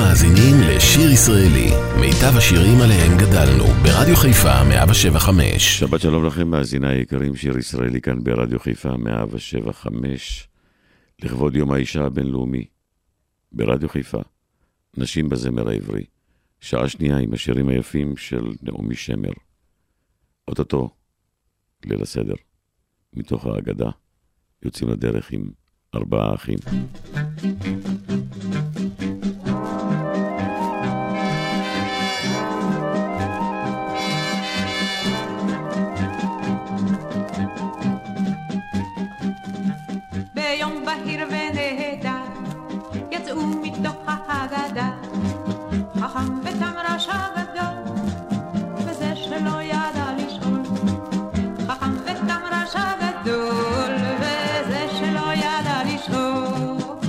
מאזינים לשיר ישראלי, מיטב השירים עליהם גדלנו, ברדיו חיפה 107.5. שבת שלום לכם מאזיני היקרים, שיר ישראלי כאן ברדיו חיפה 107.5, לכבוד יום האישה הבינלאומי, ברדיו חיפה, נשים בזמר העברי, שעה שנייה עם השירים היפים של נעמי שמר. אוטוטו, ליל הסדר, מתוך האגדה, יוצאים לדרך עם 4 אחים. ביום בהיר ונהדר יצאו מתוך האגדה חכם ותם רשע גדול וזה שלא ידע לשאול, חכם ותם רשע גדול וזה שלא ידע לשאול.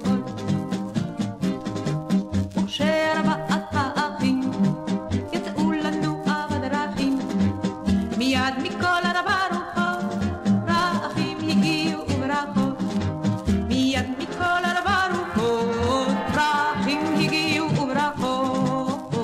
וכשארבעת האחים יצאו לנוע בדרכים, מיד מכל 4 רוחות רעכים הגיעו וברחות, מיד מכל 4 רוחות רעכים הגיעו וברחות.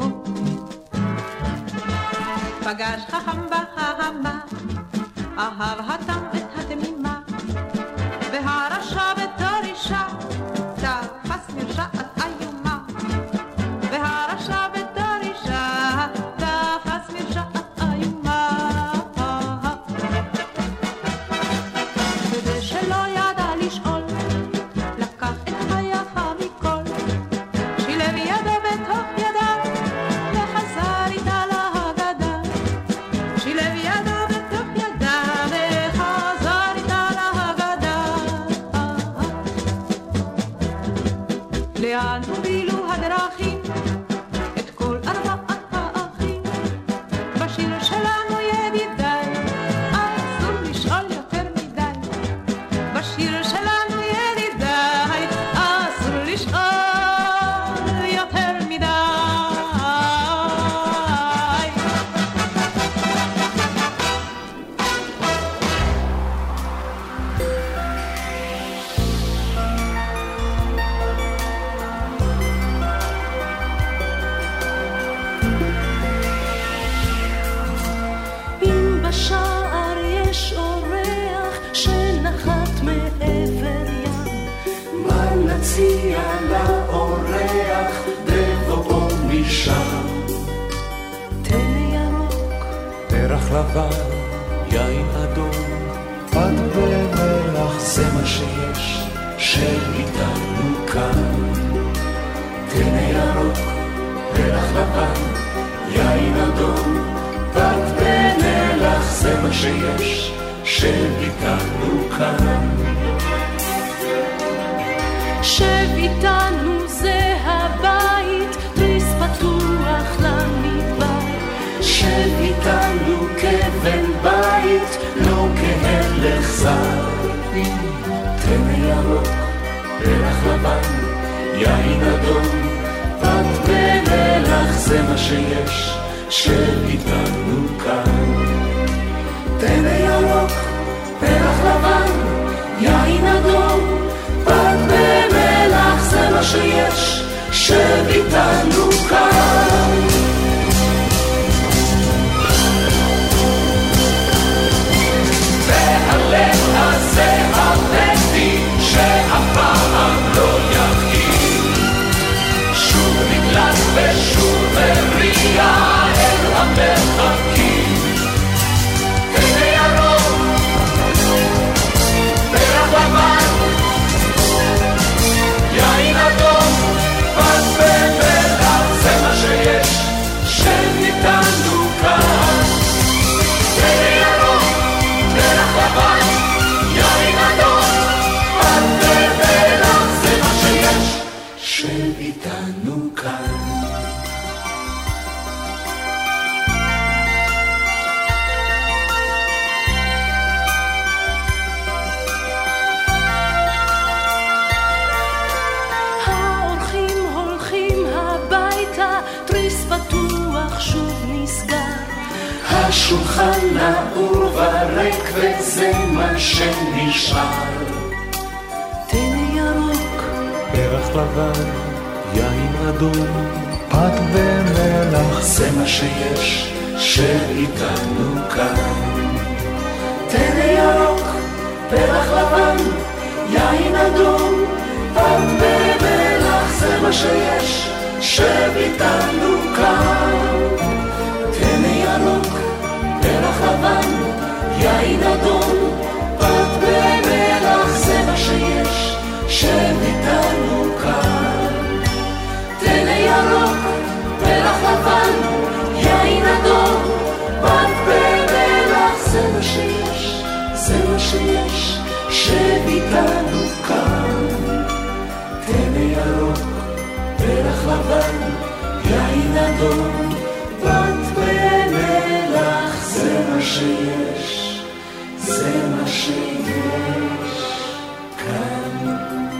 פגש חכם בחמה, אהב התם את התמימה, והרשע בתור אישה תפס מרשעת איומה, והרשע בתור אישה תפס מרשעת איומה. וזה שלא ידע לשאול לקח את היפה מכל, שילב ידו בתוך ידיו וחזר איתה להגדה, שילב ידו בתוך ידיו וחזר איתה להגדה. לאן הובילו הדרכים את כל 4 האחים? בשיר שלנו ידידיי אסור לשאול יותר מדי, בשיר שלנו ידידיי אסור לשאול יותר מדי. אם בשער יש אורח שנחת מעבר ים, מה נציע לאורח בבואו משם? תן ירוק, פרח לבן, יין אדום, פת ומלח, זה מה שיש שאיתנו כאן. תן ירוק, פרח לבן, יין אדום, פת ומלח, זה מה שיש שאיתנו כאן. שב איתנו זה הבית, תריס פתוח למדבר, שב איתנו כבן בית, לא כהלך זר. תן ירוק, פרח לבן, יין אדום, פת ומלח, זה מה שיש שאיתנו כאן. תן ירוק, פרח לבן, יין אדום, פת ומלח, זה מה שיש שאיתנו כאן. והלב הזה הבאתי שאף פעם לא יחכים, שוב נגלת ושוב הריע אל המרחקים. תן ירוק, פרח לבן, יין אדום, פת ומלח, זה מה שיש שניתנו כאן. תן ירוק, פרח לבן, יין אדום, פת ומלח, זה מה שיש שאיתנו כאן. האורחים הולכים הביתה, תריס פתוח שוב נסגר, השולחן נעור וריק וזה מה שנשאר. תן ירוק, פרח לבן, יין אדום, פת ומלח, זה מה שיש, שאיתנו כאן. תן ירוק, פרח לבן, יין אדום, פת ומלח, זה מה שיש, שאיתנו כאן. תן ירוק, פרח לבן, יין אדום, פת ומלח, זה מה שיש, שאיתנו כאן. תן ירוק, פרח לבן, יין אדום, פת ומלח, זה מה שיש, זה מה שיש, שאיתנו כאן. תן ירוק, פרח לבן, יין אדום, פת ומלח, זה מה שיש, זה מה שיש כאן.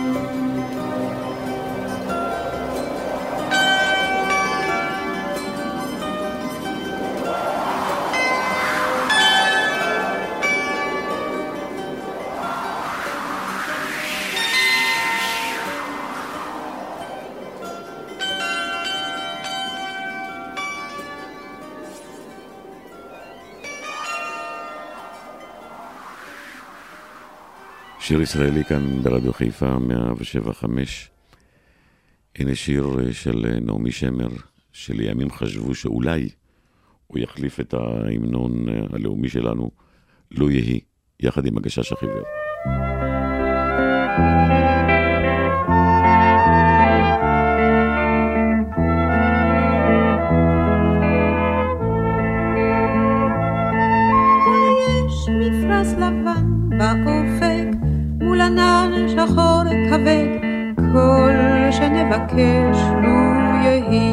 שיר ישראלי כאן ברדיו חיפה 107.5. הנה שיר של נעמי שמר, שלימים חשבו שאולי הוא יחליף את ההמנון הלאומי שלנו, לו יהי, יחד עם הגשש החיוור. יש מפרש לבן באופק מול ענן שחור כבד, כל שנבקש לו יהי.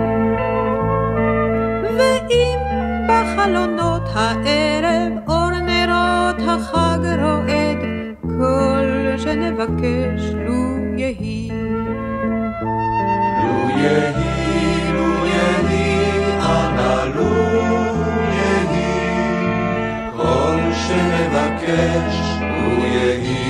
ואם בחלונות הערב אור נרות החג רועד, כל שנבקש לו יהי. לו יהי, לו יהי, אנא לו יהי, כל שנבקש לו יהי.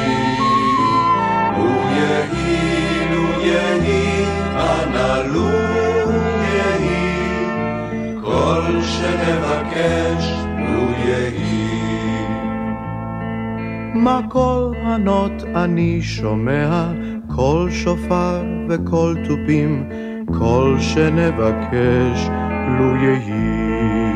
לו יהי, לו יהי, אנא לו יהי, כל שנבקש לו יהי. מה כל ענות אני שומע, כל שופר וכל טובים, כל שנבקש לו יהי.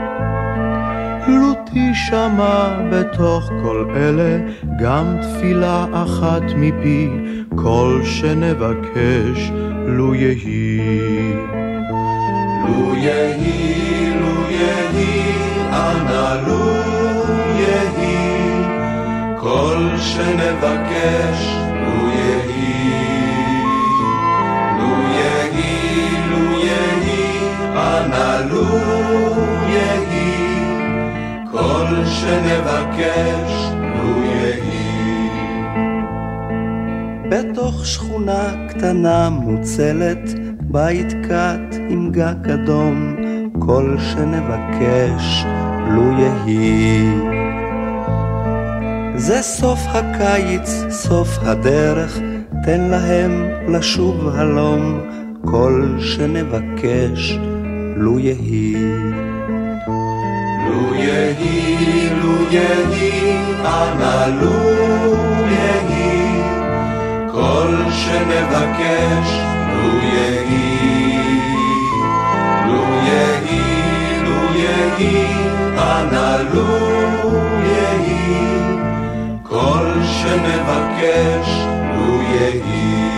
לו תשמע בתוך כל אלה גם תפילה אחת מפי, כל שנבקש לו יהי. לו יהי, לו יהי, אנא לו יהי, כל שנבקש לו יהי. לו יהי, לו יהי, אנא לו יהי, כל שנבקש לו יהי. בתוך שכונה קטנה מוצלת, בית קט עם גג אדום, כל שנבקש לו יהי. זה סוף הקיץ, סוף הדרך, תן להם לשוב הלום, כל שנבקש לו יהי. לו יהי, לו יהי, אנא לו יהי, כל שנבקש לו יהי. לו יהי, לו יהי, אנא לו יהי, כל שנבקש לו יהי.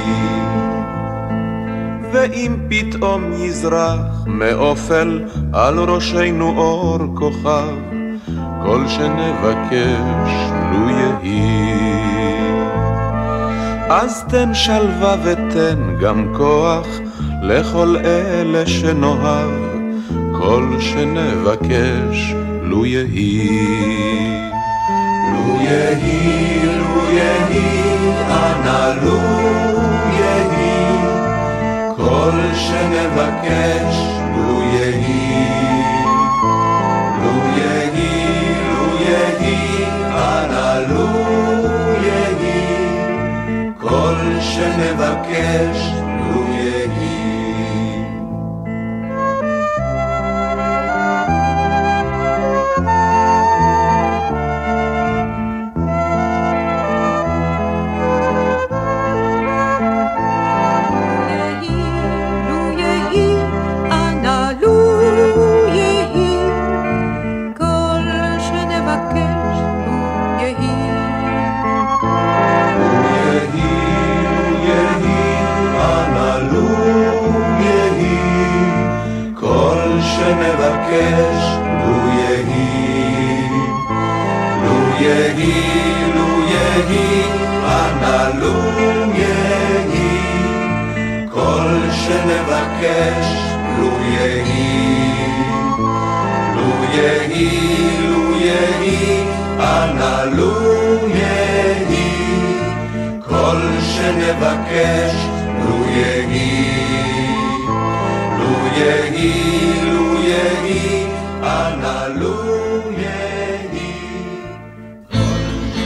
ואם פתאום יזרח מאופל על ראשנו אור כוכב, כל שנבקש לו יהי. אז תן שלווה ותן גם כוח לכל אלה שנאהב, כל שנבקש לו יהי. לו יהי, לו יהי, אנא לו יהי, כל שנבקש לו יהי. לו יהי, לו יהי, אנא לו יהי, כל שנבקש לו יהי. שנבקש, לו יהי, לו יהי, לו יהי, אנא לו יהי, כל שנבקש, לו יהי, לו יהי, לו יהי, אנא לו יהי, כל שנבקש, לו יהי, לו יהי, לו יהי, אנא לו יהי, כל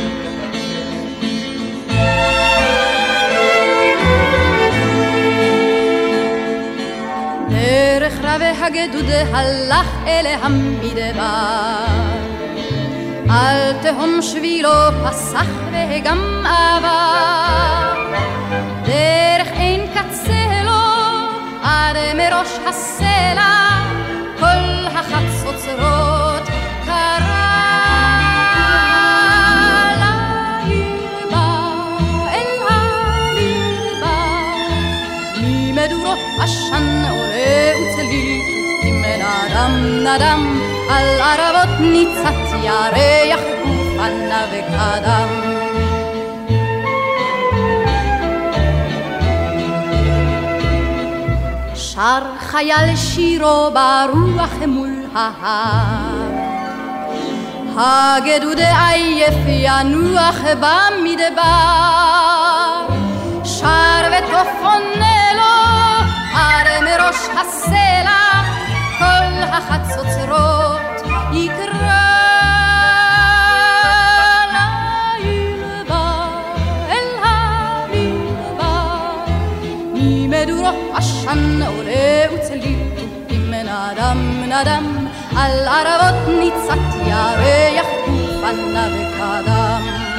שנבקש. דרך רבי הגדוד הלך אל המדבר, על תהום שבילו פסח וגם עבר, דרך אין קצה לו עד מראש הסלע, כל החצוצרות קרא למדבר, אל המדבר, ממדורות עשן עולה וצליל, אם נדם נדם על ערבות ניצת ירח גופנה וקדם. שר חייל שירו ברוח מול ההר, הגדוד עייף ינוח במדבר, שר וטוף עונה לו עד מראש הסלע, כל החצוצרות יקרא למדבר, אל המדבר, ממדורות עשן עולה וצליל, אם נדם נדם על ערבות ניצת ירח גופנה וקדם.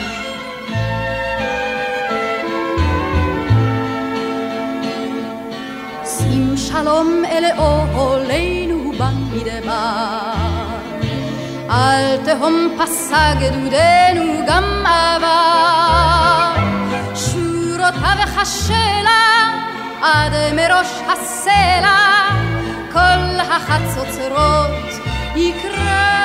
שים שלום אל אוהלינו במדבר, על תהום פסע גדודנו גם עבר, שורותיו חשלה עד מראש הסלע, כל החצוצרות יקרא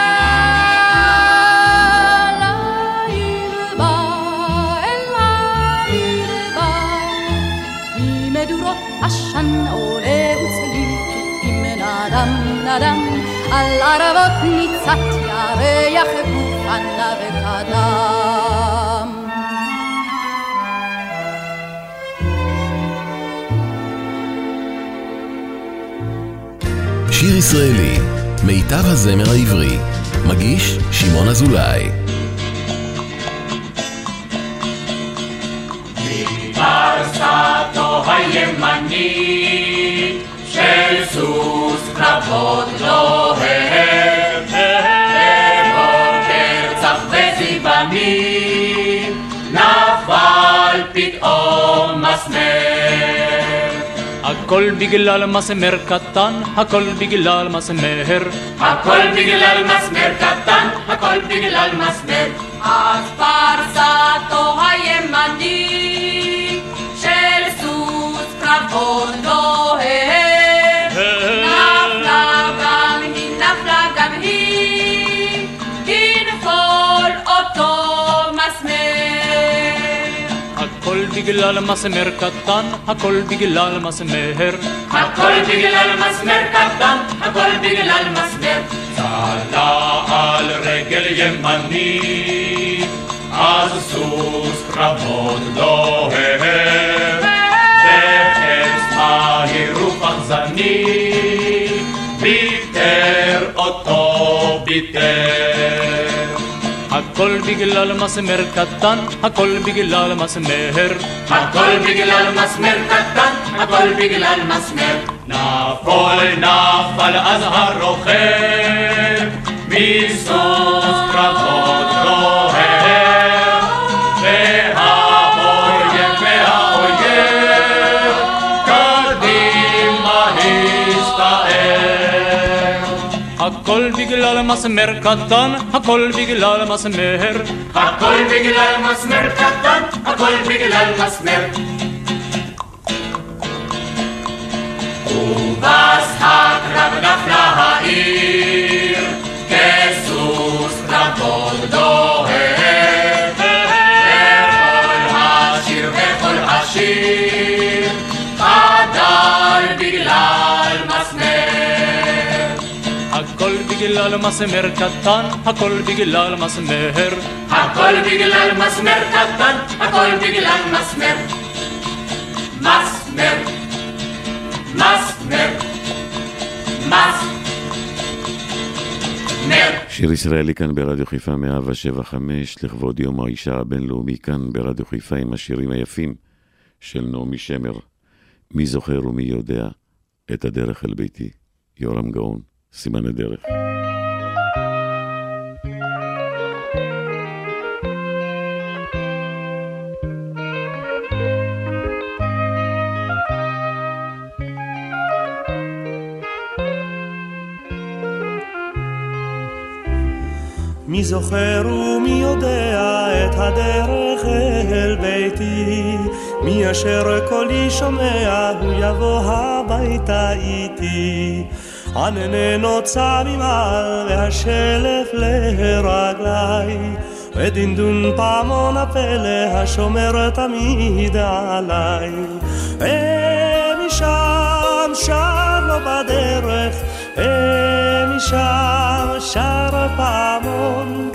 למדבר, אל המדבר, ממדורות עשן עולה וצליל, אם נדם נדם על ערבות ניצת ירח גופנה וקדם. שיר ישראלי, מיטב הזמר העברי, מגיש שמעון אזולאי. מפרסתו הימנית של סוס קרבות לוהב, בבוקר צח וזיבני נפל פתאום מסמר. הכל בגלל מסמר קטן, הכל בגלל מסמר, הכל בגלל מסמר קטן, הכל בגלל מסמר. אז פרסתו הימנית של סוס קרבות לוהב, נפלה גם היא, נפלה גם היא, ינפול אותו מסמר. הכל בגלל מסמר קטן, הכל בגלל מסמר, הכל בגלל מסמר קטן, הכל בגלל מסמר. צלה על רגל ימנית, אז סוס קרבות לוהב, בחץ מהיר ופחזני, ביטר אותו ביטר. הכל בגלל מסמר קטן, הכל בגלל מסמר, הכל בגלל מסמר קטן, הכל בגלל מסמר. נפל אז הרוכב, מסוס קרבות לוהב, והאויב קדימה הסתער. הכל בגלל מסמר קטן, הכל בגלל מסמר, הכל בגלל מסמר קטן, הכל בגלל מסמר. ובס הקרב נפלה העיר, בגלל מסמר קטן, הכל בגלל מסמר. הכל בגלל מסמר קטן, הכל בגלל מסמר. מסמר, מסמר, מסמר. שיר ישראלי כאן ברדיו חיפה 107.5 לכבוד יום האישה הבינלאומי כאן ברדיו חיפה עם השירים היפים של נעמי שמר. מי זוכר ומי יודע את הדרך אל ביתי, יורם גאון, סימן הדרך. מי זוכר ומי יודע את הדרך אל ביתי, מי אשר קולי שומע הוא יבוא הביתה איתי. ענני נוצה ממעל והשלף לרגלי, ודינדון פעמון הפלא השומר תמיד עליי. משם שר לו בדרך, משם שר פעמון,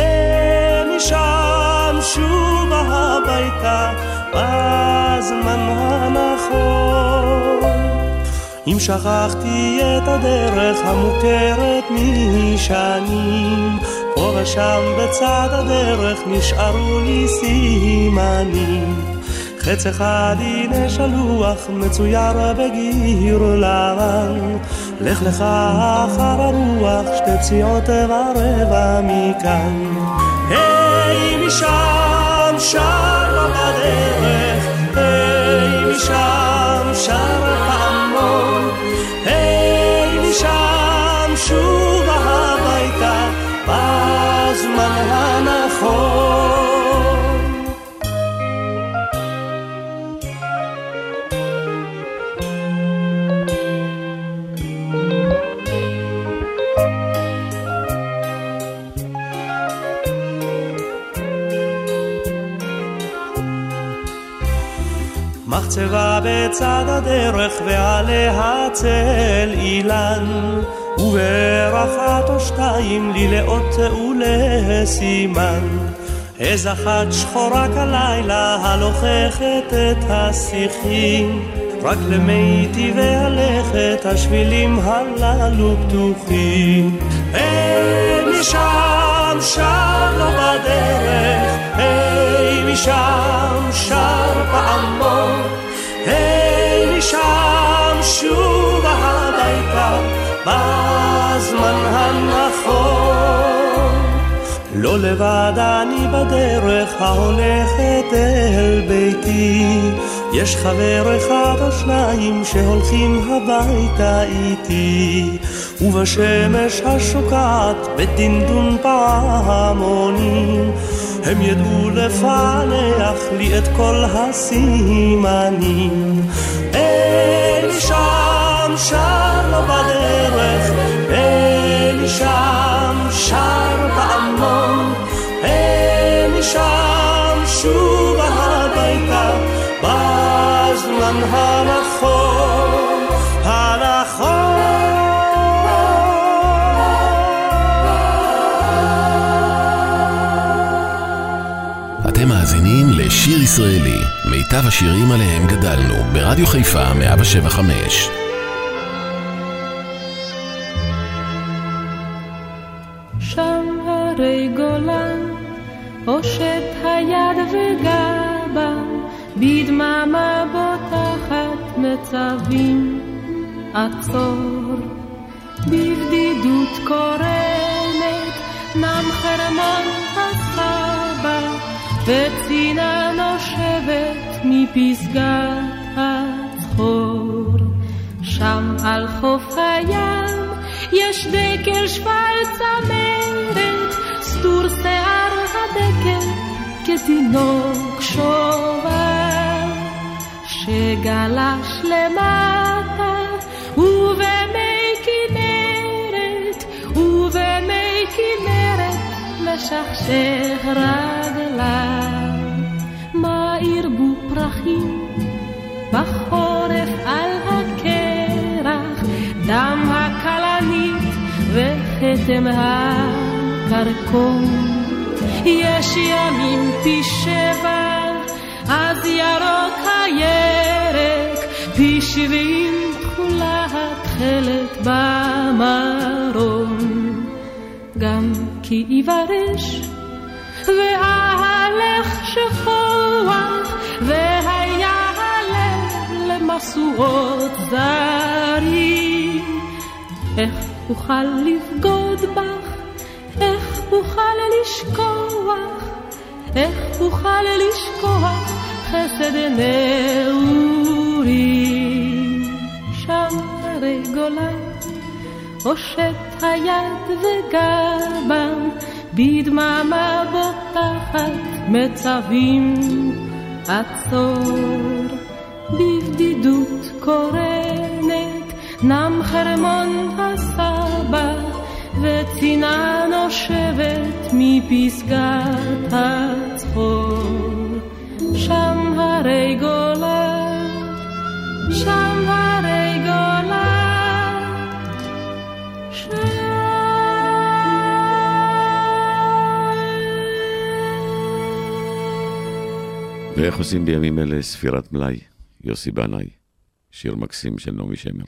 ומשם שוב הביתה בזמן הנכון. אם שכחתי את הדרך המוכרת משנים, פה ושם בצד הדרך נשארו לי סימנים. חץ אחד הנה שלוח מצויר בגיר לבן, לך לך אחר הרוח שתי פסיעות ורבע מכאן. היי משם שר לו בדרך, היי משם שר פעמון, היי משם שוב הביתה בזמן הנכון. מחצבה בצד הדרך ועליה צל אילן, וברחת או שתיים לי לאות ולסימן. איז אחת שחורה כלילה הלוחכת את השיחים, רק למיתי והלכת השבילים הללו פתוחים. משם שר לו בדרך, משם שר פעמון, משם שוב הביתה בזמן הנכון. לא לבד אני בדרך ההולכת אל ביתי, יש חבר אחד או שניים שהולכים הביתה איתי, ובשמש השוקעת בדינדון פעמונים הם ידעו לפענח לי את כל הסימנים. אלי שם שר לו בדרך, אלי שם שר פעמון, אלי שם שוב הביתה בזמן הנכון, הנכון. אתם מאזינים לשיר ישראלי, מיטב השירים עליהם גדלנו, ברדיו חיפה 107.5. שם הרי גולן, הושט היד וגבה, בדממה בוטחת מצבים, עצור, בבדידות קורנת, נם חרמון הסבא, וצינה נושבת מפסגת הצחור. שם על חוף הים יש דקל שפל צמרת, סתור שיער הדקל כתינוק שובר, שגלש למטה ובמי כנרת, ובמי כנרת משכשך רגליו. מה ירבו פרחים בחורף על הקרח, דם הכלנית וחטא כתם הקרקום. יש ימים פי 7, אז ירוק הירק, פי 70 תכולה התחלת במרום. גם כי יברש וההלך שכוח, והיה הלב למסורות זרים. איך אוכל לבגוד בך, איך אוכל לשכוח, איך אוכל לשכוח חסד נעורים. שם הרי גולן הושט היד וגבם, בדממה בוטחת מצבים עצור. בבדידות קורנת נם חרמון הסבא, וצינה נושבת מפסגת הצחור. שם הרי גולן, שם הרי גולן, שם. ואיך עושים בימים אלה ספירת מלאי? יוסי בנאי, שיר מקסים של נעמי שמר.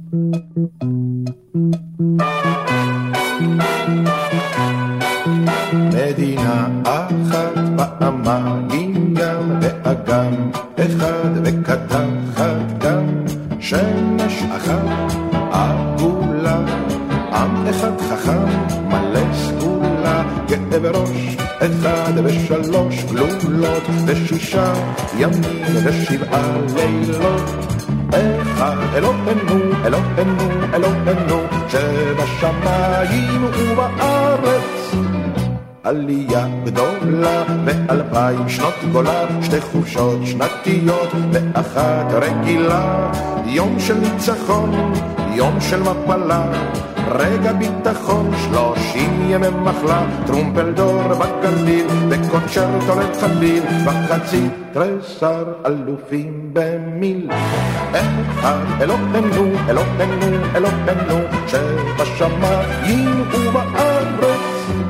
מדינה אחת פעמיים ים ואגם אחד וקדחת גם, שמש אחת עגולה, עם אחד חכם מלא סגולה, גאה בראש אחד ושלוש גלולות, ושישה ימים ושבעה לילות. אחד אלוהינו, אלוהינו, אלוהינו, שבשמיים ובארץ. עלייה גדולה ו2000 שנות גולה, 2 חופשות שנתיות ואחת רגילה. יום של ניצחון, יום של מפלה, רגע ביטחון, 30 ימי מחלה. טרומפלדור בגליל וקונצ'רטו לחליל, וחצי תריסר אלופים במיל. אחד אלוהינו, אלוהינו, אלוהינו, שבשמיים ובארץ.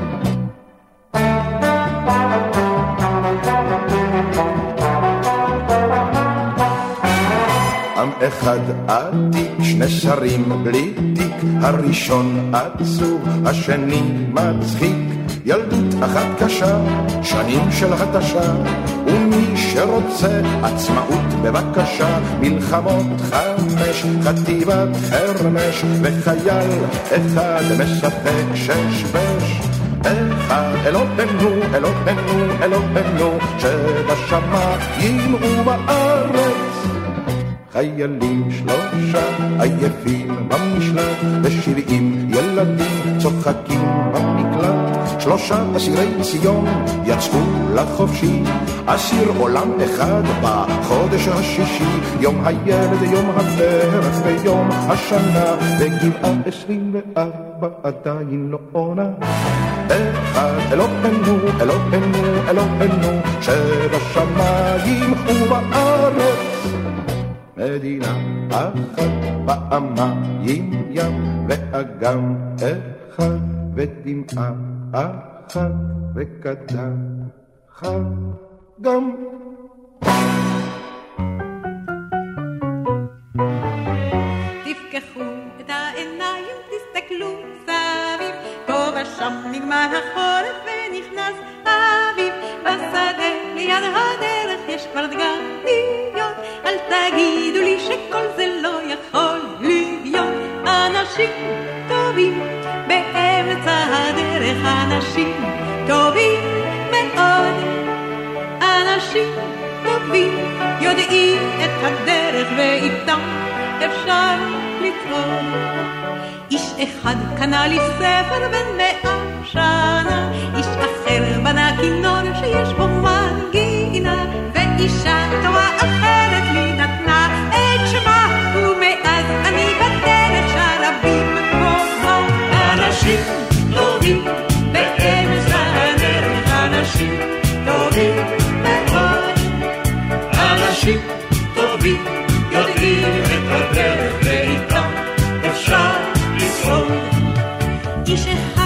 עם אחד עתיק, 2 שרים בלי תיק, הראשון עצוב, השני מצחיק. ילדות אחת קשה, שנים של התשה, ומי שרוצה עצמאות בבקשה. מלחמות 5, חטיבת חרמש, וחייל אחד משחק 6 בש. אחד אלוהינו, אלוהינו, אלוהינו, שבשמיים ובארץ. חיילים 3 עייפים במשלט, ו70 ילדים צוחקים במקלט. 3 אסירי ציון יצאו לחופשי, אסיר עולם אחד בחודש השישי. יום הילד, יום הדרך ויום השנה, בגבעה 24 עדיין לא עונה. אחד אלוהינו, אלוהינו, אלוהינו, שבשמיים ובארץ. מדינה אחת פעמיים ים ואגם אחד, ודמעה אחת וקדחת גם. תפקחו את העיניים, תסתכלו סביב, פה ושם נגמר החורף ונכנס אביב. בשדה ליד הדרך יש כבר דגניות, אל תגידו לי שכל זה לא יכול להיות. אנשים טובים באמצע הדרך, אנשים טובים מאוד, אנשים טובים יודעים את הדרך ואיתם אפשר לצעוד. איש אחד קנה לי ספר בן 100 שנה, איש אחר בנה כינור שיש בו מנגינה, ואישה טובה אחרת לי נתנה את שמה, ומאז אני בדרך שרבים כמו אנשים טובים באמצע הדרך, אנשים טובים מאוד, אנשים טובים יודעים את הדרך ואיתם אפשר לצעוד. איש אחד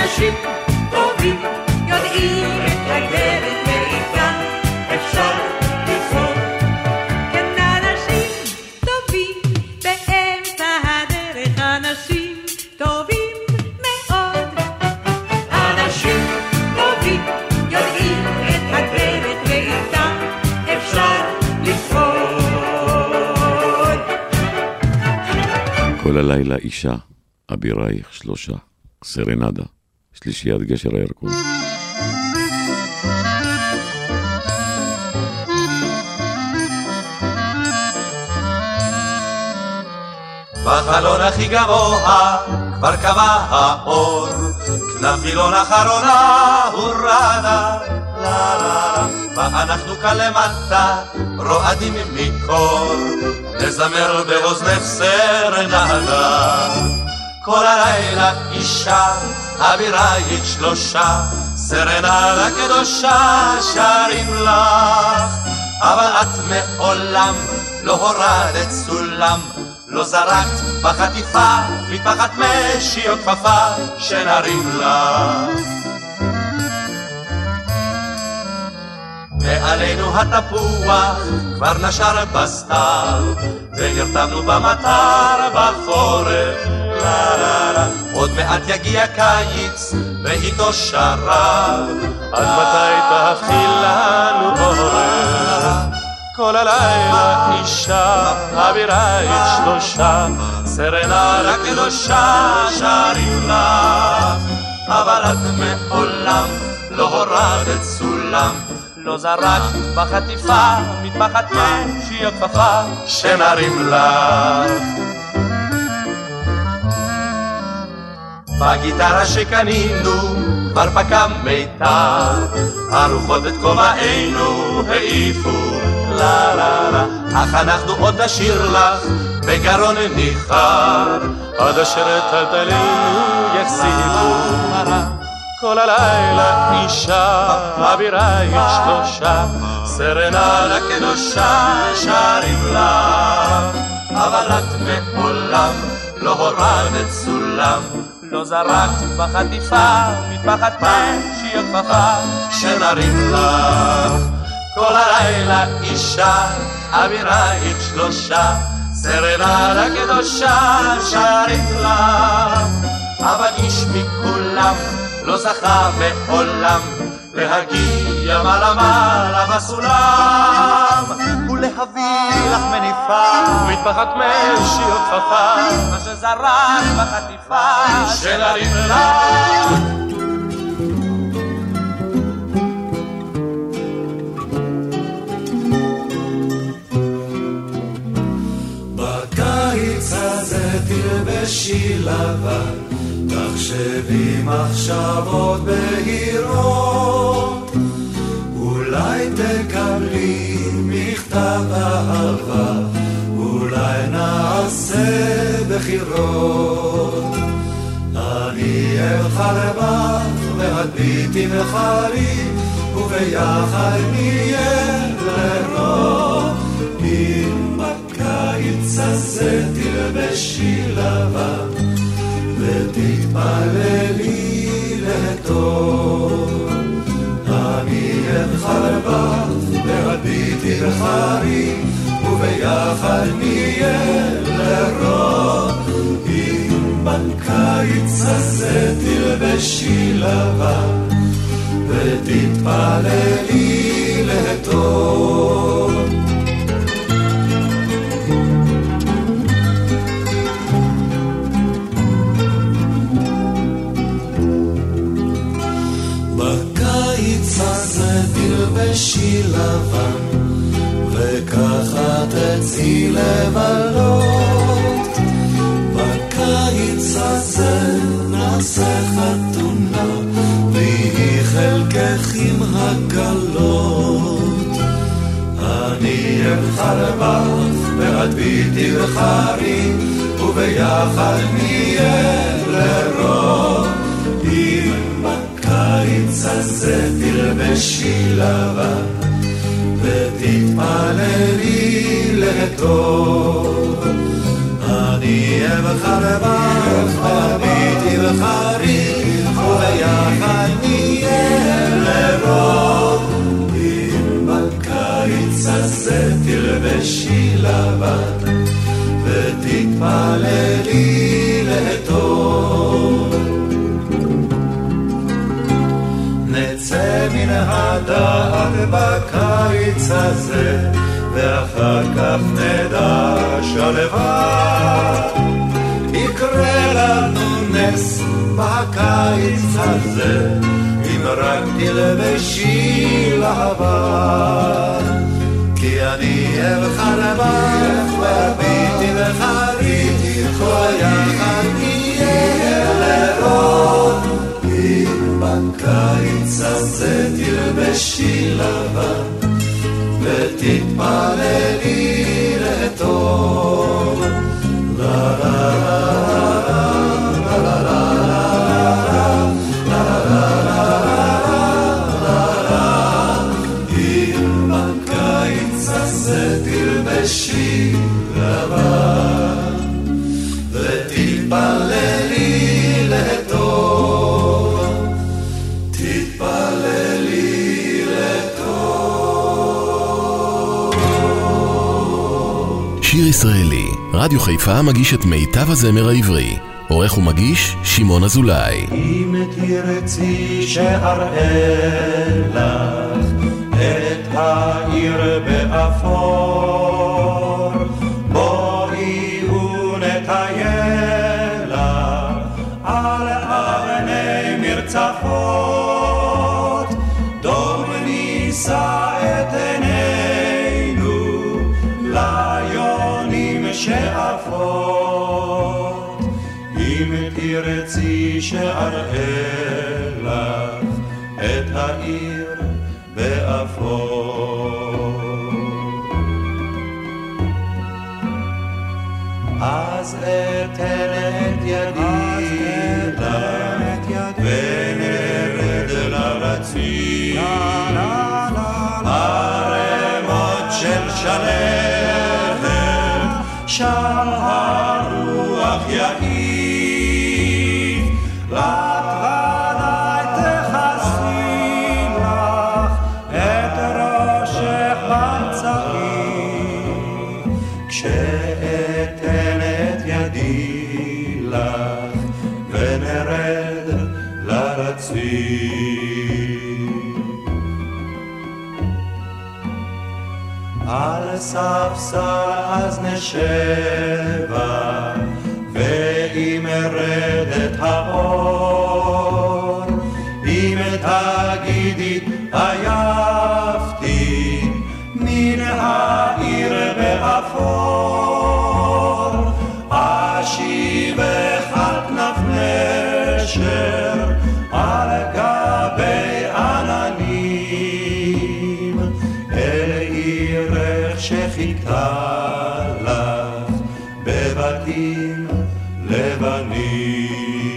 אנשים טובים יודעים את הגדרת ואיתם אפשר לפעול. כן, אנשים טובים באמצע הדרך, אנשים טובים מאוד. אנשים טובים יודעים את הדרך ואיתם אפשר לפעול. כל הלילה אישה, אבירייך שלושה, סרנדה, שלישיית גשר הירקון. בחלון הכי גבוה כבר קבע האור, כנף וילון אחרונה הורדה, לה לה, ואנחנו כאן למטה רועדים מקור, נזמר באוזנך סרנדה. כל הלילה אישה, אבירייך שלושה, סרנדה קדושה שרים לך, אבל את מעולם לא הורדת סולם, לא זרקת בחטיפה מטפחת משי או כפפה שנרים לך. מעלינו התפוח כבר נשר בסתיו, ונרתמנו במטר בחורף, לה לה לה. עוד מעט יגיע קיץ ואיתו שרב, עד מתי תהפכי לנו עורף? כל הלילה אישה, אבירייך שלושה, סרנדה קדושה שרים לך, אבל את מעולם לא הורדת סולם, לא זרקת בחטיפה מטפחת משי או כפפה שנרים לך. בגיטרה שקנינו כבר פקע מיתר, הרוחות את כובענו העיפו, לה לה לה, אך אנחנו עוד נשיר לך בגרון ניחר, עד אשר טלטלינו יחזיקו. כל הלילה אישה, אבירייך שלושה, סרנדה קדושה שרים לך, אבל את מעולם לא הורדת סולם, לא זרקת בחטיפה מטפחת משי או כפפה שנרים לך. כל הלילה אישה, אבירייך שלושה, סרנדה קדושה שרים לך, אבל איש מכולם לא זכה מעולם להגיע מעלה בסולם, ולהביא לך מניפה מטפחת משי או כפפה, מה שזרק בחטיפה שנרים לך. בקיץ הזה תלבשי לבן, תחשבי מחשבות בהירות, אולי תקבלי מכתב אהבה, אולי נעשה בחירות. אני אבחר בך והביטי בחרי, וביחד נהיה לרוב. אם בקיץ הזה תלבשי לבן ותתפללי לטוב, אני אבחר בך והביטי בחרי, וביחד נהיה לרוב. אם בקיץ הזה תלבשי לבן ותתפללי לטוב. בקיץ הזה תלבשי לבן, וככה תצאי לבלות. בקיץ הזה נעשה חתונה, והיא חלקך עם הקלות. אני אבחר בך ואת ביתי בחרי, וביחד נהיה לרוב. אם בקיץ הזה תלבשי לבן ותתפללי לטוב, אני אבחר בך וביתי בחרי, וביחד מן הדעת בקיץ הזה, ואחר כך נדע שלבד יקרה לנו נס בקיץ הזה, אם רק תלבשי לבן. כי אני אבחר בך וביתי וחריתי, כל יחד נהיה לראות. אם בקיץ הזה תלבשי לבן ותתפללי לטוב. לה לה לה לה לה תלבשי לבן ותתפללי לטוב, תתפללי לטוב. שיר ישראלי, רדיו חיפה מגיש את מיטב הזמר העברי. עורך ומגיש שמעון אזולאי. אם תרצי שאראה לך את העיר באפור, בואי ונטייל על אבני מרצפות, דום נישא את עינינו ליונים שאפות. אם תרצי שאראה לך את העיר באפור, אז אתן את ידי לך ונרד לרציף ערימות של שלכת, שם הרוח יעיף לך ודאי תכסי לך את ראשך בצעיף, כשאתן את ידי לך ונרד לרציף. על ספסל אז נשבה ואם ירדת האור, אם תגידי עייפתי מן העיר באפור, אשיבך על כנף נשר על גבי עננים, אל עירך שחיכתה לך בבתים לבנים.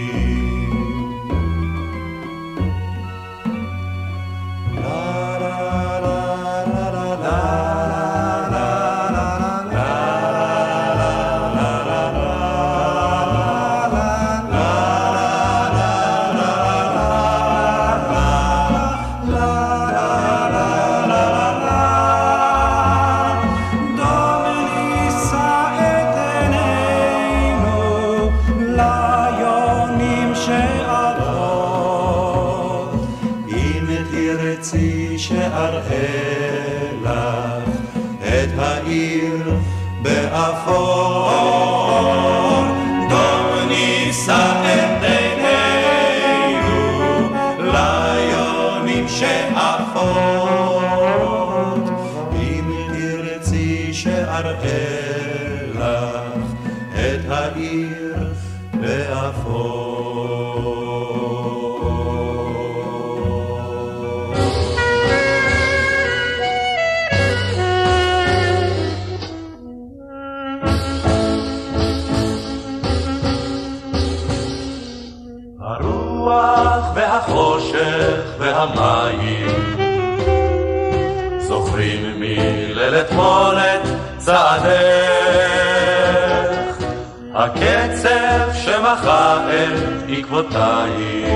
באפור, דום נישא את עינינו ליונים שאפות, אם תרצי שאראה לך את העיר באפור. והחושך והמים זוכרים מליל אתמול את צעדך, הקצב שמחה אל עקבותייך,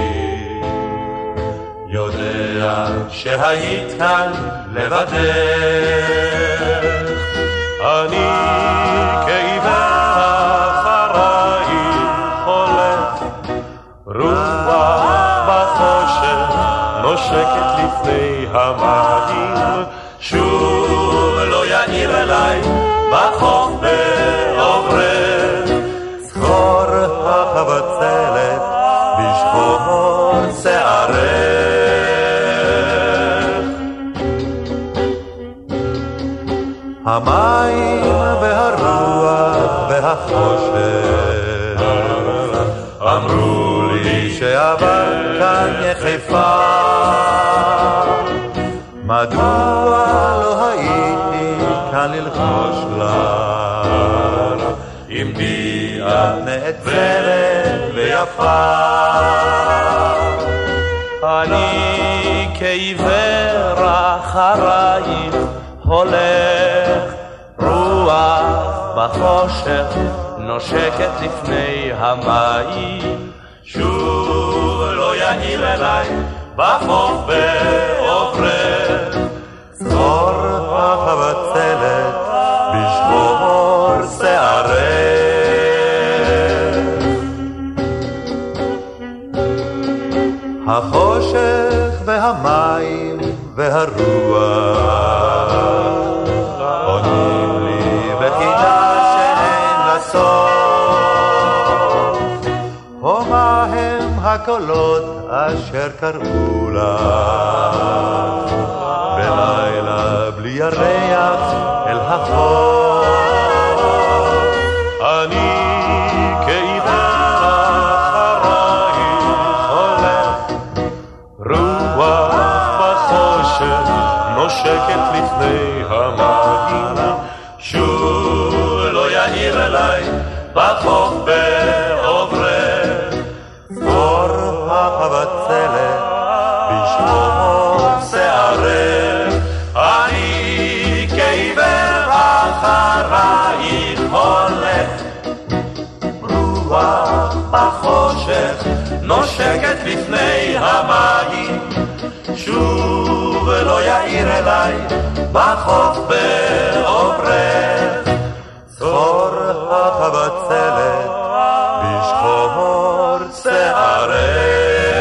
יודע שהיית כאן לבדך. אני כאיבה אחרייך הולך, רוח בחושך נושקת לפני המים, שוב לא יאיר אליי בחוף בעוברך, זכור החבצלת בשחור שערך. המים והרוח והחושך אמרו לי שעבר כאן יחפה, מדוע לא הייתי כאן ללחוש לך, עמדי את נעצרת ויפה. אני כעיוור אחרייך הולך, רוח בחושך נושקת לפני המים, שוב לא יאיר אליי בחוף בעוברך, זכור החבצלת בשחור שערך. החושך והמים והרוח עונים לי בחידה שאין לה סוף, ומה הם הקולות אשר קראו לך בלילה בלי ירח אל החוף. אני כעיוור אחרייך הולך, רוח בחושך נושקת לפני המים, שוב לא יאיר אליי בחוף בעוברך, זכור החבצלת בשחור שערך. אני כעיוור אחרייך הולך, רוח בחושך נושקת לפני המים, שוב לא יאיר אליי בחוף בעוברך, זכור החבצלת בשחור שערך.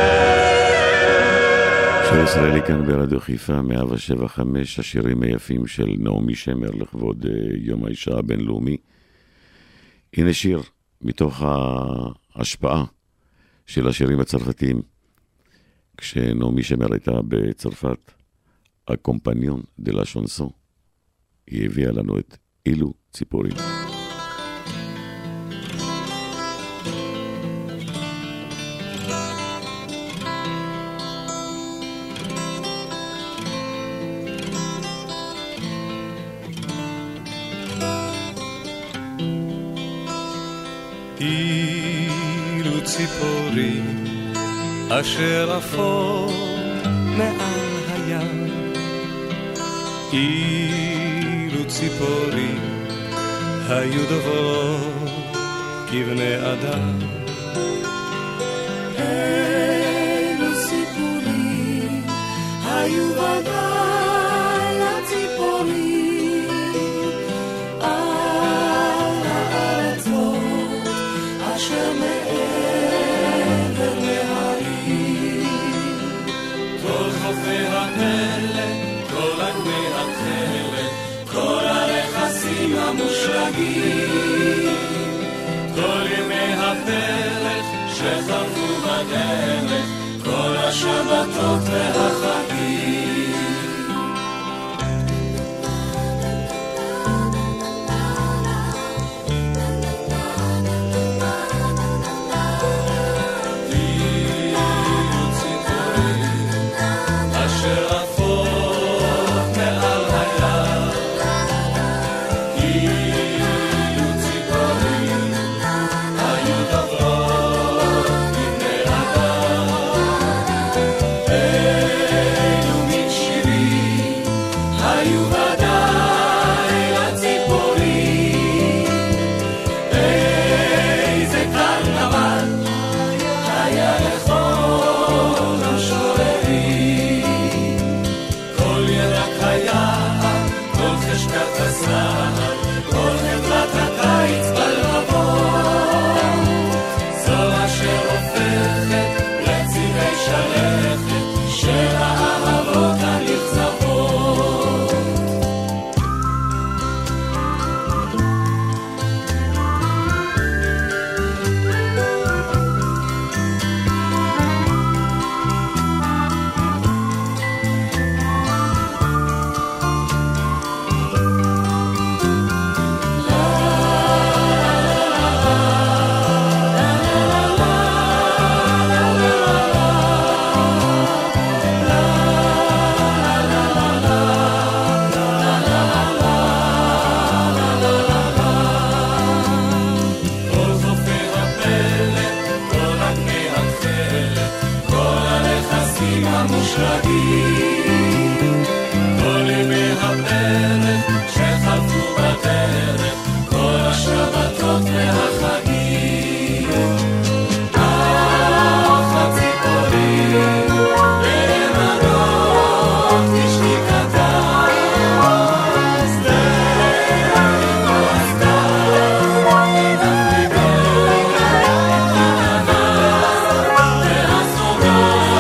שיר ישראלי כאן ברדיו חיפה 107.5, השירים היפים של נעמי שמר לכבוד יום האישה הבינלאומי. הנה שיר מתוך ההשפעה של השירים הצרפתיים, כשנעמי שמר הייתה בצרפת, הקומפניון דה לה שנסון, היא הביאה לנו את אילו ציפורים. אילו ציפורים אשר עפות מעל הים, אילו ציפורים היו דוברות כבני אדם, אילו סיפורים היו ודאי לציפורים על הארצות אשר מעבר להרים, כל חופי המלך, כל אגמי התכלת, כל הרכסים המושלגים, כל ימי הפלך שחלפו בדרך, כל השבתות והחגים. Hey היחסים המושלגים, כל ימי הפרק שחלפו בדרך, כל השבתות והחגים, אך הציפורים נאמנות כשתיקתן, שדה לא עשתה את הפיגרת והסוגה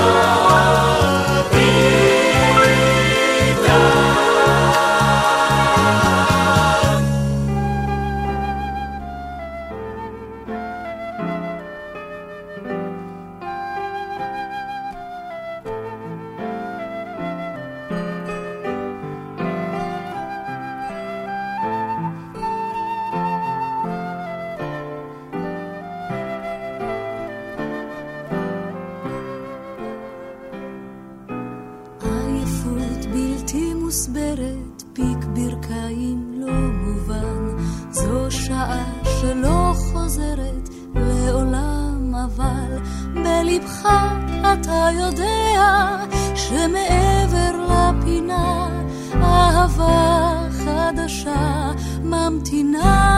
עייפות בלתי מוסברת, פיק ברכיים לא מובן, זו שעה שלא חוזרת לעולם, אבל בלבך אתה יודע שמעבר לפינה אהבה חדשה ממתינה.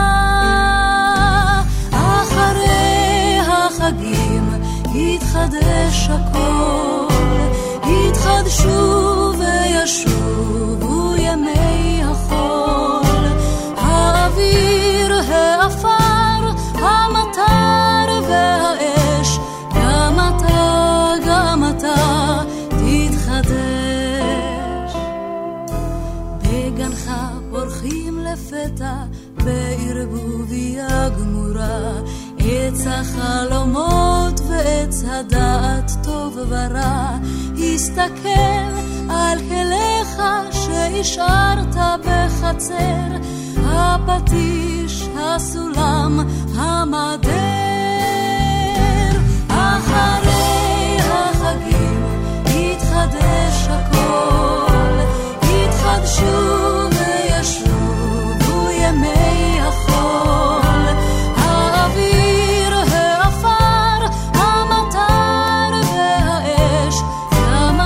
אחרי החגים יתחדש הכל, יתחדשו וישובו ימי החול, האוויר, האפר, המטר והאש, גם אתה תתחדש. בגנך פורחים לפתע בערבוביה גמורה, עץ החלומות ועץ הדעת טוב ורע, הסתכל על כליך שהשארת בחצר, הפטיש, הסולם, המדר. אחרי החגים יתחדש הכל, יתחדשו וישובו ימי החול, האוויר, האפר, המטר והאש, גם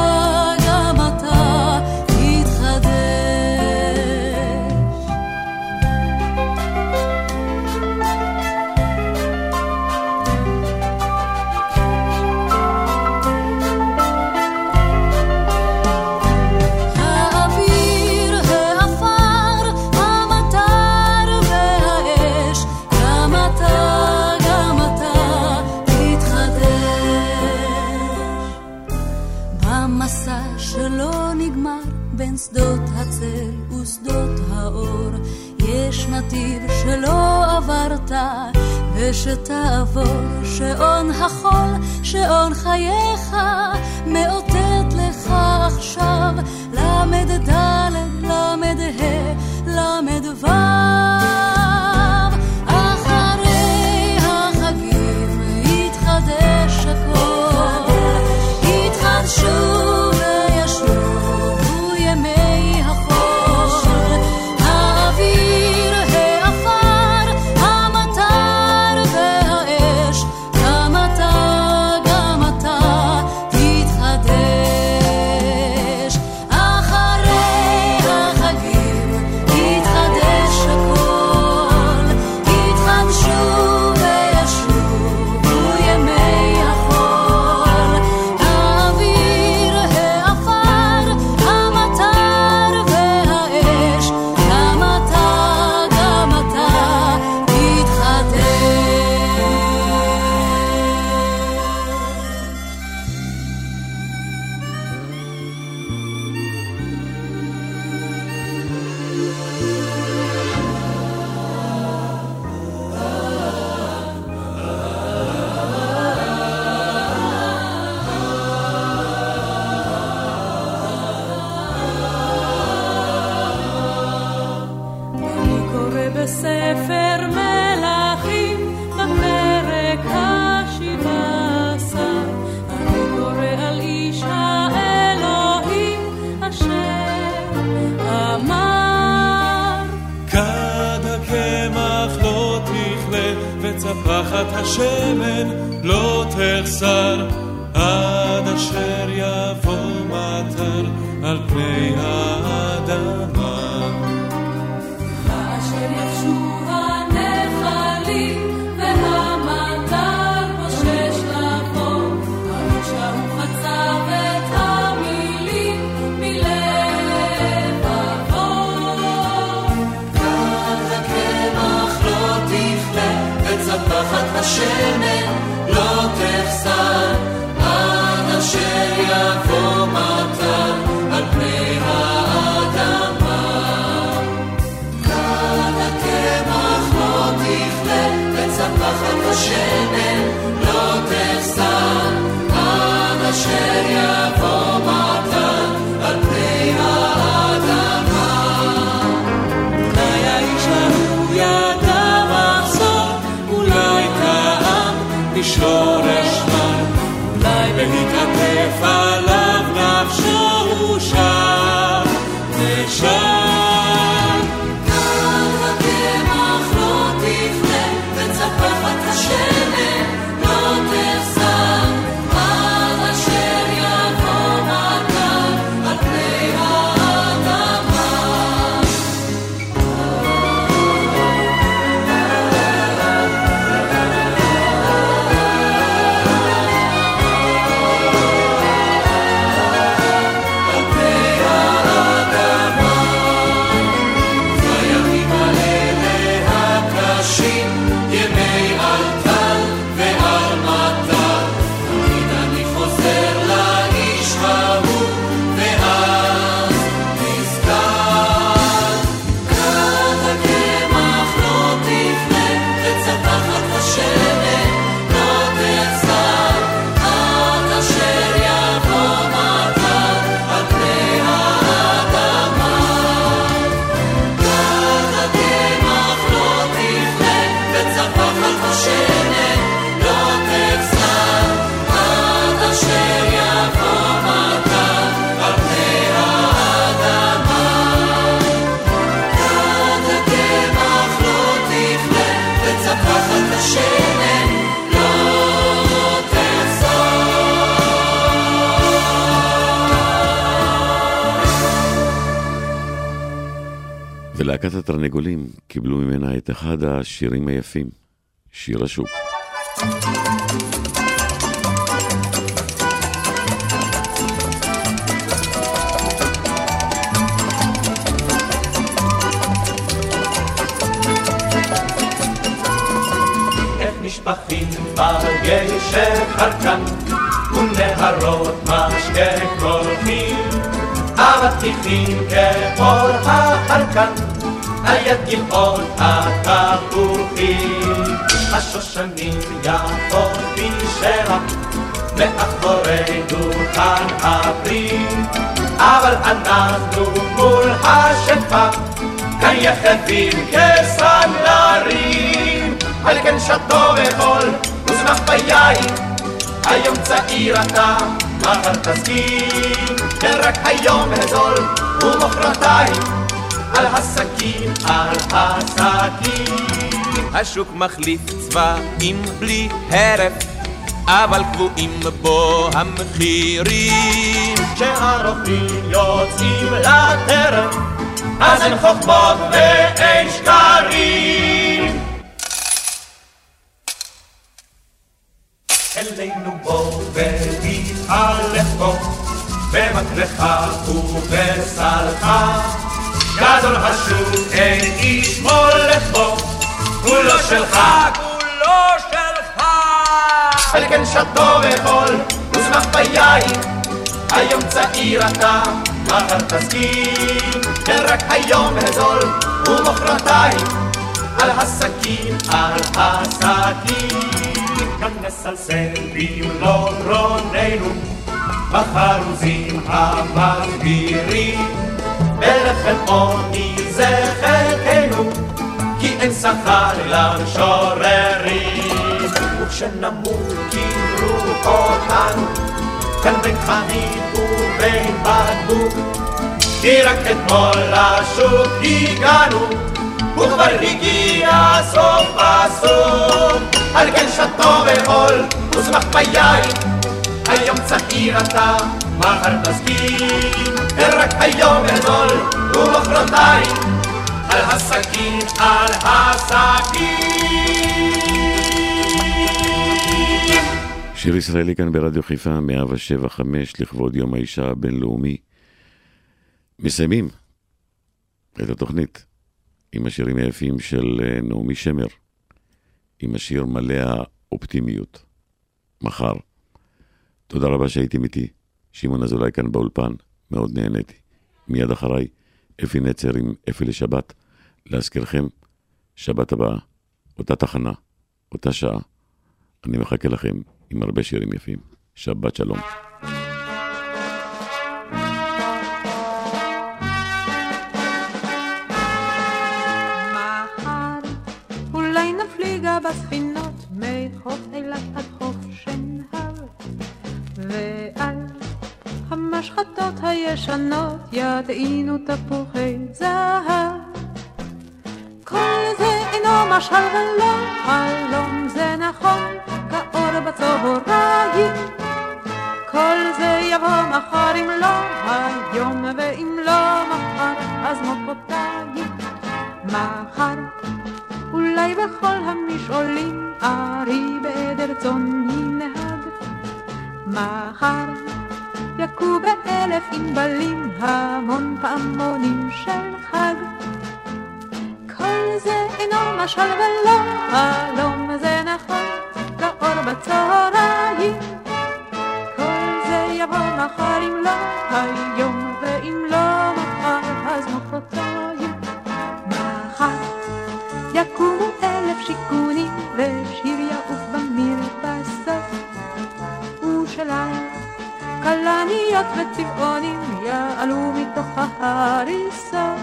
אתה תתחדש. האוויר, האפר, המטר והאש, גם אתה תתחדש. במסע שלא נגמר בין שדות הצל ושדות האור, יש נתיב שלא עברת ושתעבור, שעון החול, שעון חייך מאותת לך עכשיו, למד ד' למד ה' למד ו'. אחרי החגים יתחדש הכל, יתחדשו וישובו ימי החול, האוויר, האפר, המטר והאש, גם אתה תתחדש. אחרי החגים יתחדש הכל, יתחדשו וישובו ימי החול, האוויר, האפר, המטר והאש, גם אתה תתחדש. אני קורא בספר מלכים בפרק ה-17, אני קורא על איש האלוהים אשר אמר, כד הקמח לא תכלה וצפחת השמן לא תחסר, עד אשר יבוא מטר על פני האדמה. כאשר יבשו הנחלים והמטר בושש לבוא, הרשע הוא חצב את המילים מלבבו. כאן הקמח לא תכלה וצפחת השמן לא תחסר, עד אשר יבוא מטר על פני האדמה. כאן הקמח לא תכלה וצפחת השמן לא תחסר, עד אשר יבוא מטר על פני האדמה. אולי האיש ההוא ידע מחסור, אולי טעם משורש מר, אולי בהתעטף עליו נפשו הוא שר ושר. כאן הקמח לא תכלה וצפחת השמן לא תחסר, עד אשר יבוא מטר על פני האדמה. בימים האלה הקשים, ימי על טל ועל מטר, תמיד אני חוזר לאיש ההוא ואז נזכר. כאן הקמח לא תכלה וצפחת השמן לא תחסר, עד אשר יבוא מטר על פני האדמה. כאן הקמח לא תכלה וצפחת השמן לא תחסר, עד אשר יבוא מטר על פני האדמה. כאן הקמח לא תכלה וצפחת השמן לא תחסר. ולהקת התרנגולים קיבלו ממנה את אחד השירים היפים, שיר השוק. איך נשפכים בגשם חרקן ונהרות משקה קולחים, אבטיחים כאור החרקן על יד גבעות התפוחים. השושנים יפות בשלח מאחורי דוכן הפרי, אבל אנחנו מול השפע כאן יחדים כסנדלרים. על כן שתו וחול ושמח ביין, היום צעיר אתה מחר תזכיר, כן רק היום הזול ומחרתיים על הסכין, על הסכין. השוק מחליף צבעים בלי הרף, אבל קבועים בו המחירים. כשהרוכבים יוצאים לטרף, אז אין חוכמות ואין שקרים. אלינו בוא והתהלך בו, במקלך ובסלך, גדול השוק אין איש מולך בו, כולו שלך, כולו שלך. על כן שתו וחול ושמח ביין, היום צעיר אתה מחר תזכיר, כן רק היום הזול ומחרתיים על הסכין, על הסכין. כאן נסלסל במלוא גרוננו בחרוזים המגבירים, בלחם עוני זה חלקנו, כי אין שכר למשוררים. וכשנמות קיבלו אותנו כאן בין חנית ובין בקבוק, כי רק אתמול לשוק הגענו וכבר הגיע סוף הסוף. על כן שתו וחול ושמח ביין, היום צעיר אתה, מחר תזכיר, רק היום גדול ומחרתיים, על הסכין, על הסכין. שיר ישראלי כאן ברדיו חיפה 107.5 לכבוד יום האישה הבינלאומי. מסיימים את התוכנית עם השירים היפים של נעמי שמר, עם השיר מלא האופטימיות, מחר. תודה רבה שהייתם איתי, שמעון אזולאי כאן באולפן, מאוד נהניתי. מיד אחריי אפי נצר עם אפי לשבת. להזכירכם, שבת הבאה, אותה תחנה, אותה שעה, אני מחכה לכם עם הרבה שירים יפים. שבת שלום. מחר אולי נפליגה בספינות מחוף אילת עד חוף שנהר, ועל המשחטות הישנות יטעינו תפוחי זהב. כל זה אינו משל ולא חלום, זה נכון כאור בצהריים. כל זה יבוא מחר אם לא היום, ואם לא מחר אז מחרתיים. מחר אולי בכל המשעולים ארי בעדר צאן ינהג. מחר יקו באלף ענבלים המון פעמונים של חג. כל זה אינו משל ולא חלום, זה נכון כאור בצהריים. כל זה יבוא מחר אם לא היום, ואם לא מחר אז מחרתיים. מחר יקומו אלף שיכונים ושיר יעוף במרפסות, ושלילה כלניות וצבעונים יעלו מתוך ההריסות.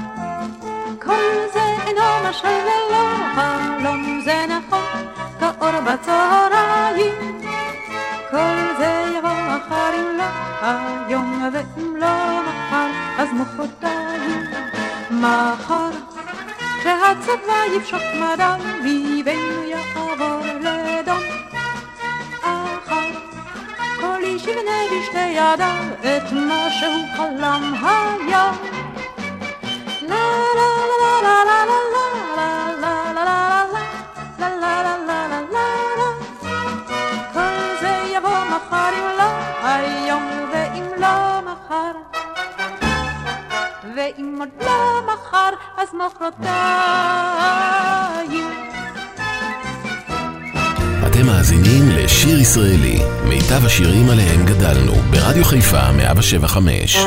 כל זה אינו משל ולא חלום, זה נכון כאור בצהריים. כל זה יבוא מחר אם לא היום, ואם לא מחר אז מחרתיים. מחר כשהצבא יפשוט מדם ויבנו יעבור לדום, אחר כל איש יבנה בשתי ידיו את מה שהוא חלם היה. La la la la la la la la la la la la la la. כל זה יבוא מחר אם לא היום, ואם לא מחר, ואם עוד לא מחר אז מחרתיים. אתם מאזינים לשיר ישראלי, מיטב השירים עליהם גדלנו, ברדיו חיפה 107.5.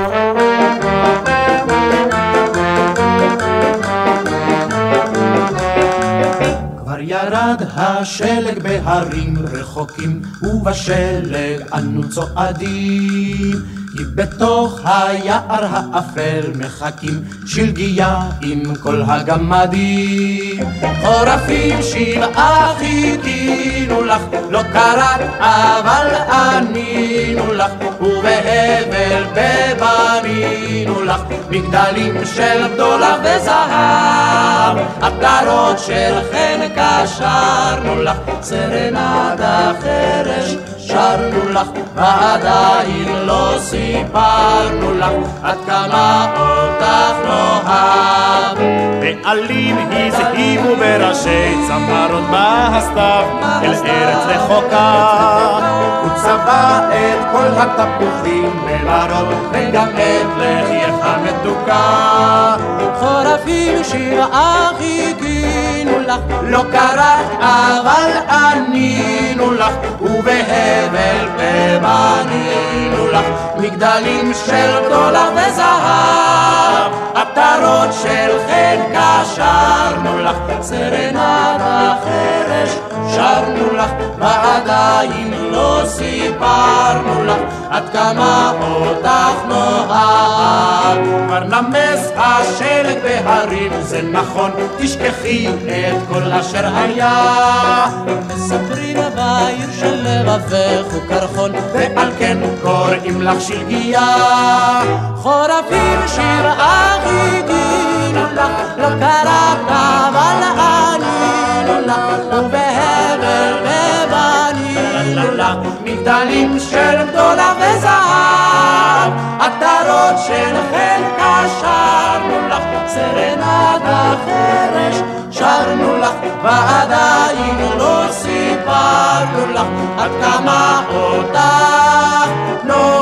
כבר ירד השלג בהרים רחוקים, ובשלג אנו צועדים, כי בתוך היער האפל מחכים שלגיה עם כל הגמדים. חורפים שבעה חיכינו לך, לא קראת אבל ענינו לך, ובהבל בבנינו לך מגדלים של בדולח וזהב. עטרות של חן קשרנו לך, סרנדה חרש שרנו לך, ועדיין לא סיפרנו לך עד כמה אותך נאהב. בעלים הזהימו בראשי צמרות בהסתיו אל ארץ רחוקה, וצבע את כל התפוחים בלרוב וגם את לחייך המתוקה. חורפים שבעה חיכינו לך, לא קראת אבל ענינו לך, ובהבל בבנינו לך מגדלים של בדולח וזהב. עטרות של חן קשרנו לך, סרנדה חרש שרנו לך, ועדיין לא סיפרנו לך עד כמה אותך נאהב. כבר נמס השלג בהרים, זה נכון, תשכחי את כל אשר היה. מספרים בעיר של לבבך וקרחון, ועל כן קוראים לך שלגיה. חורפים שבעה חיכינו לך, לא קראת אבל ענינו לך, ובהבל בבנינו לך לך מגדלים של בדולח וזהב, עטרות של חלקה שרנו לך, סרנדה חרש שרנו לך, ועדיין לא סיפרנו לך עד כמה אותך לא